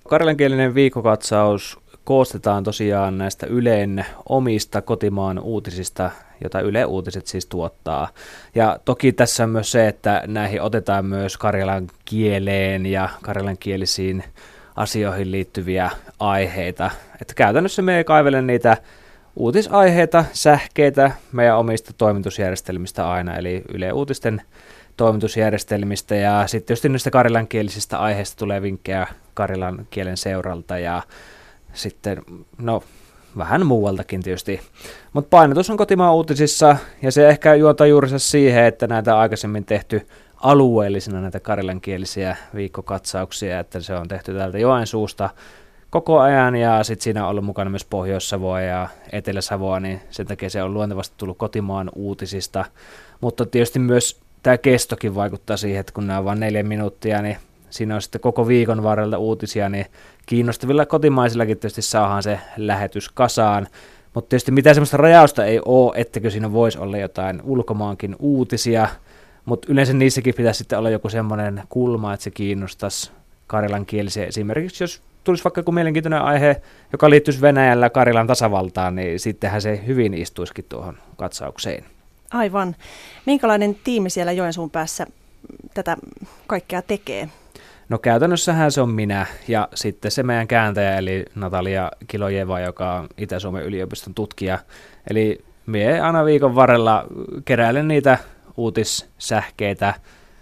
Karjalankielinen viikkokatsaus koostetaan tosiaan näistä Ylen omista kotimaan uutisista, jota Yle Uutiset siis tuottaa. Ja toki tässä on myös se, että näihin otetaan myös karjalan kieleen ja karjalankielisiin asioihin liittyviä aiheita. Että käytännössä me kaivelen niitä uutisaiheita, sähkeitä meidän omista toimitusjärjestelmistä aina, eli Yle Uutisten toimitusjärjestelmistä, ja sitten tietysti näistä karjalankielisistä aiheista tulee vinkkejä karjalan kielen seuralta ja sitten vähän muualtakin tietysti. Mutta painotus on kotimaan uutisissa, ja se ehkä juontaa juurensa siihen, että näitä on aikaisemmin tehty alueellisina näitä karjalankielisiä viikkokatsauksia, että se on tehty täältä Joensuusta koko ajan, ja sitten siinä on ollut mukana myös Pohjois-Savoa ja Etelä-Savoa, niin sen takia se on luontevasti tullut kotimaan uutisista. Mutta tietysti myös tämä kestokin vaikuttaa siihen, että kun nämä on vain 4 minuuttia, niin siinä on sitten koko viikon varrella uutisia, niin kiinnostavilla kotimaisillakin tietysti saadaan se lähetys kasaan. Mutta tietysti mitään sellaista rajausta ei ole, ettekö siinä voisi olla jotain ulkomaankin uutisia, mutta yleensä niissäkin pitäisi sitten olla joku semmoinen kulma, että se kiinnostaisi karjalankielisiä. Esimerkiksi jos tulisi vaikka joku mielenkiintoinen aihe, joka liittyisi Venäjällä Karjalan tasavaltaan, niin sittenhän se hyvin istuisikin tuohon katsaukseen. Aivan. Minkälainen tiimi siellä Joensuun päässä tätä kaikkea tekee? No käytännössähän se on minä ja sitten se meidän kääntäjä, eli Natalia Kilojeva, joka on Itä-Suomen yliopiston tutkija. Eli minä aina viikon varrella keräilen niitä uutissähkeitä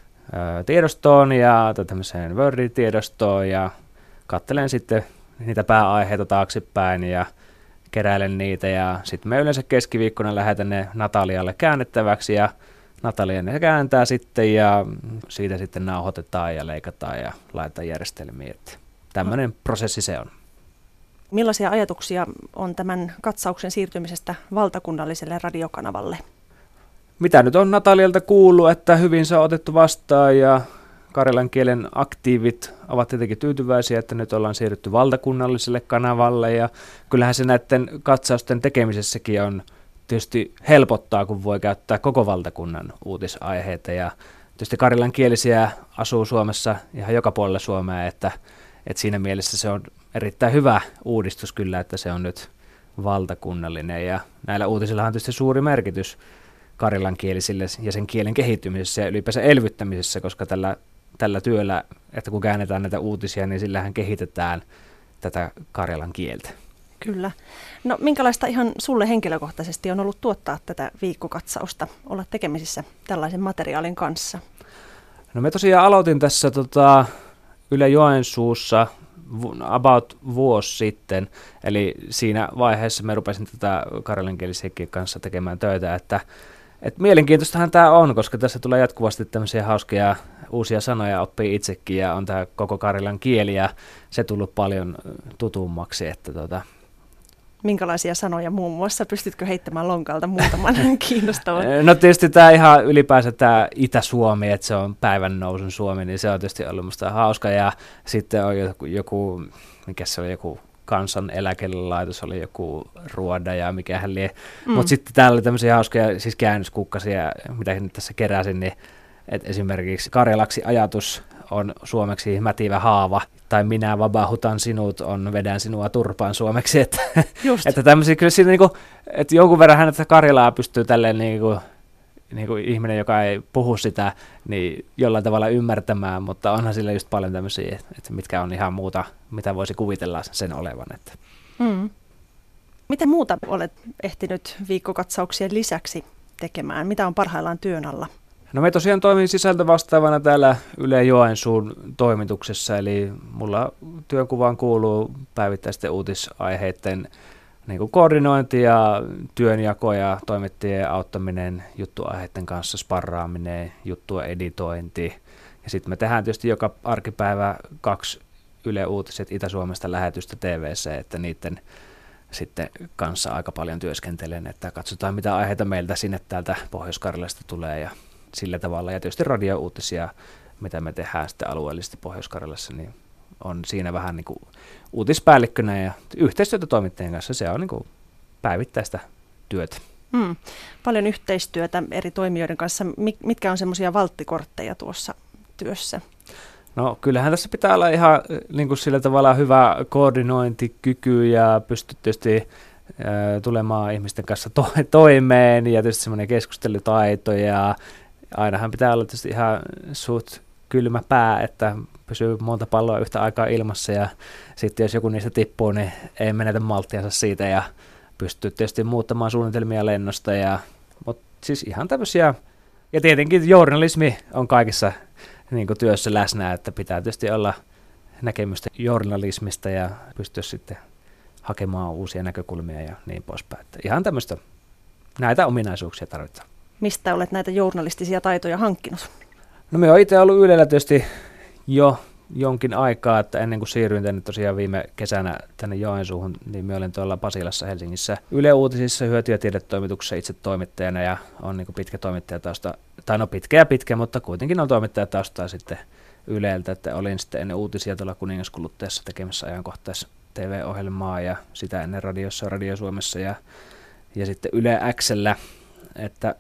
tiedostoon ja tämmöiseen Word-tiedostoon ja katselen sitten niitä pääaiheita taaksepäin ja keräilen niitä, ja sitten me yleensä keskiviikkona lähetän ne Natalialle käännettäväksi, ja Natalia ne kääntää sitten, ja siitä sitten nauhoitetaan ja leikataan ja laitetaan järjestelmiin. Tämmöinen prosessi se on. Millaisia ajatuksia on tämän katsauksen siirtymisestä valtakunnalliselle radiokanavalle? Mitä nyt on Natalialta kuullut, että hyvin se on otettu vastaan, ja karjalan kielen aktiivit ovat tietenkin tyytyväisiä, että nyt ollaan siirrytty valtakunnalliselle kanavalle, ja kyllähän se näiden katsausten tekemisessäkin on tietysti helpottaa, kun voi käyttää koko valtakunnan uutisaiheita, ja tietysti karjalankielisiä asuu Suomessa ihan joka puolella Suomea, että siinä mielessä se on erittäin hyvä uudistus kyllä, että se on nyt valtakunnallinen, ja näillä uutisilla on tietysti suuri merkitys karjalankielisille ja sen kielen kehittymisessä ja ylipäänsä elvyttämisessä, koska tällä työllä, että kun käännetään näitä uutisia, niin sillähän kehitetään tätä karjalan kieltä. Kyllä. No minkälaista ihan sulle henkilökohtaisesti on ollut tuottaa tätä viikkokatsausta, olla tekemisissä tällaisen materiaalin kanssa? No me tosiaan aloitin tässä Yle Joensuussa about vuosi sitten, eli siinä vaiheessa me rupesin tätä karjalankielisiäkin kanssa tekemään töitä, että mielenkiintoistahan tämä on, koska tässä tulee jatkuvasti tämmöisiä hauskoja uusia sanoja, oppii itsekin, ja on tämä koko karjalan kieli, ja se tullut paljon tutummaksi. Minkälaisia sanoja muun muassa? Pystytkö heittämään lonkalta muutaman kiinnostavan? No tietysti tämä ihan ylipäänsä tämä Itä-Suomi, että se on päivän nousun Suomi, niin se on tietysti ollut musta hauska, ja sitten on joku mikä se oli, joku kansaneläkelaitos, oli joku Ruoda ja mikähän lie. Mutta sitten täällä oli tämmöisiä hauskoja siis käännöskukkasia, mitä nyt tässä keräsin, niin että esimerkiksi karjalaksi ajatus on suomeksi mätivä haava, tai minä vabahutan sinut on vedän sinua turpaan suomeksi. Että tämmöisiä kyllä siinä niinku, että jonkun verran hänet karjalaa pystyy tälleen niinku ihminen, joka ei puhu sitä, niin jollain tavalla ymmärtämään, mutta onhan sillä just paljon tämmöisiä, että mitkä on ihan muuta, mitä voisi kuvitella sen olevan. Mitä muuta olet ehtinyt viikkokatsauksien lisäksi tekemään? Mitä on parhaillaan työn alla? No me tosiaan toimin sisältövastaavana täällä Yle Joensuun toimituksessa, eli mulla työnkuvaan kuuluu päivittäisten uutisaiheiden niin kuin koordinointi ja työnjako ja toimittajien auttaminen, juttuaiheiden kanssa sparraaminen, juttua editointi. Ja sitten me tehdään tietysti joka arkipäivä 2 Yle Uutiset Itä-Suomesta lähetystä TV:ssä, että niiden sitten kanssa aika paljon työskentelen, että katsotaan mitä aiheita meiltä sinne täältä Pohjois-Karjalasta tulee ja sillä tavalla. Ja tietysti radio-uutisia, mitä me tehdään sitten alueellisesti Pohjois-Karjalassa, niin on siinä vähän niin kuin uutispäällikkönä ja yhteistyötä toimittajien kanssa. Se on niin kuin päivittäistä työtä. Paljon yhteistyötä eri toimijoiden kanssa. Mitkä on semmoisia valttikortteja tuossa työssä? No kyllähän tässä pitää olla ihan niin kuin sillä tavalla hyvä koordinointikyky ja pystyy tietysti tulemaan ihmisten kanssa toimeen ja tietysti semmoinen keskustelutaito ja ainahan pitää olla tietysti ihan suht kylmä pää, että pysyy monta palloa yhtä aikaa ilmassa ja sitten jos joku niistä tippuu, niin ei menetä malttiansa siitä ja pystyy tietysti muuttamaan suunnitelmia lennosta mutta siis ihan tämmöisiä ja tietenkin journalismi on kaikissa niin kuin työssä läsnä, että pitää tietysti olla näkemystä journalismista ja pystyä sitten hakemaan uusia näkökulmia ja niin poispäin. Että ihan tämmöistä, näitä ominaisuuksia tarvitaan. Mistä olet näitä journalistisia taitoja hankkinut? No me oon itse ollut Ylellä tietysti jo jonkin aikaa, että ennen kuin siirryin tänne tosiaan viime kesänä tänne Joensuuhun, niin me olin tuolla Pasilassa Helsingissä Yle Uutisissa hyöty- ja tiedetoimituksessa itse toimittajana ja on niin kuin pitkä toimittajatausta, tai no pitkä, mutta kuitenkin on toimittajataustaa sitten Yleltä, että olin sitten ennen uutisia tuolla Kuningaskuluttajassa tekemässä ajankohtais TV-ohjelmaa ja sitä ennen radiossa Radio Suomessa ja sitten Yle X:llä, että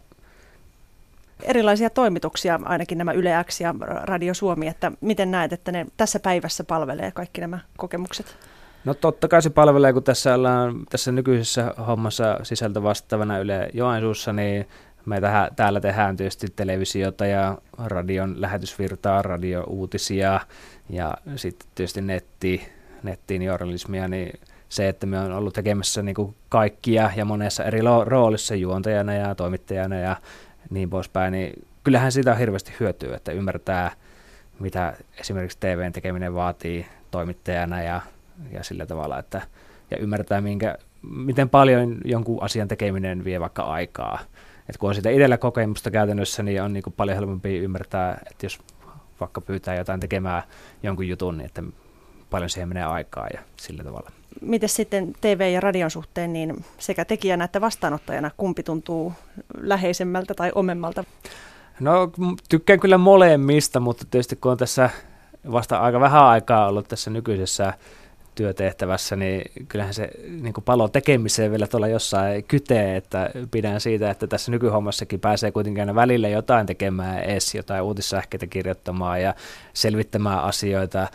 erilaisia toimituksia, ainakin nämä Yle X ja Radio Suomi, että miten näet, että ne tässä päivässä palvelee kaikki nämä kokemukset? No totta kai se palvelee, kun tässä nykyisessä hommassa sisältö vastaavana Yle Joensuussa, niin me täällä tehdään tietysti televisiota ja radion lähetysvirtaa, radio-uutisia ja sitten tietysti nettiin journalismia, niin se, että me on ollut tekemässä niin kuin kaikkia ja monessa eri roolissa juontajana ja toimittajana ja niin poispäin, niin kyllähän siitä on hirveästi hyötyä, että ymmärtää, mitä esimerkiksi TVn tekeminen vaatii toimittajana ja sillä tavalla, että ja ymmärtää, miten paljon jonkun asian tekeminen vie vaikka aikaa. Et kun on sitä itsellä kokemusta käytännössä, niin on niin kuin paljon helpompi ymmärtää, että jos vaikka pyytää jotain tekemään jonkun jutun, niin että paljon siihen menee aikaa ja sillä tavalla. Miten sitten TV- ja radion suhteen, niin sekä tekijänä että vastaanottajana, kumpi tuntuu läheisemmältä tai omemmalta? No tykkään kyllä molemmista, mutta tietysti kun on tässä vasta aika vähän aikaa ollut tässä nykyisessä työtehtävässä, niin kyllähän se niin kuin palo tekemiseen vielä tuolla jossain kytee, että pidän siitä, että tässä nykyhommassakin pääsee kuitenkin aina välillä jotain tekemään edes, jotain uutissähkeitä kirjoittamaan ja selvittämään asioita,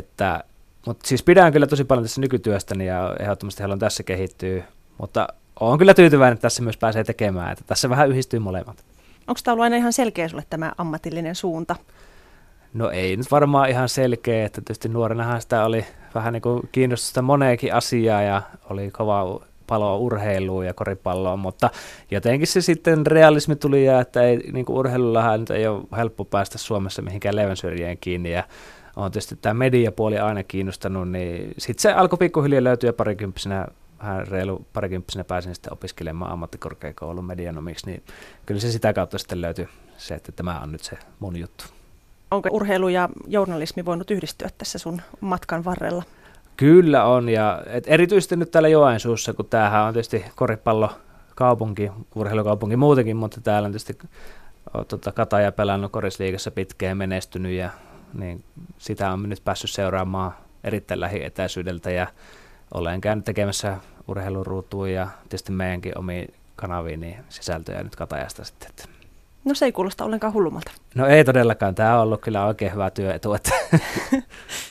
mutta siis pidän kyllä tosi paljon tässä nykytyöstäni ja ehdottomasti haluan tässä kehittyä, mutta olen kyllä tyytyväinen, että tässä myös pääsee tekemään, että tässä vähän yhdistyy molemmat. Onko tämä ollut aina ihan selkeä sulle tämä ammatillinen suunta? No ei nyt varmaan ihan selkeä, että tietysti nuorenahan sitä oli vähän niin kuin kiinnostusta moneenkin asiaa ja oli kova paloa urheiluun ja koripalloon, mutta jotenkin se sitten realismi tuli ja että ei, niin kuin urheilullahan nyt ei ole helppo päästä Suomessa mihinkään leivänsyörijään kiinni ja on tietysti tämä mediapuoli aina kiinnostanut, niin sitten se alkoi pikkuhiljaa löytyä parikymppisenä pääsin sitten opiskelemaan ammattikorkeakoulun medianomiksi, niin kyllä se sitä kautta sitten löytyi se, että tämä on nyt se mun juttu. Onko urheilu ja journalismi voinut yhdistyä tässä sun matkan varrella? Kyllä on, ja erityisesti nyt täällä Joensuussa, kun tämähän on tietysti koripallokaupunki, urheilukaupunki muutenkin, mutta täällä on tietysti Kataja pelannut korisliigassa pitkään menestynyt, ja niin sitä on nyt päässyt seuraamaan erittäin lähietäisyydeltä, ja olen käynyt tekemässä urheiluruutuun ja tietysti meidänkin omiin kanaviin niin sisältöjä nyt Katajasta sitten. No se ei kuulosta ollenkaan hullumalta. No ei todellakaan, tämä on ollut kyllä oikein hyvä työetu.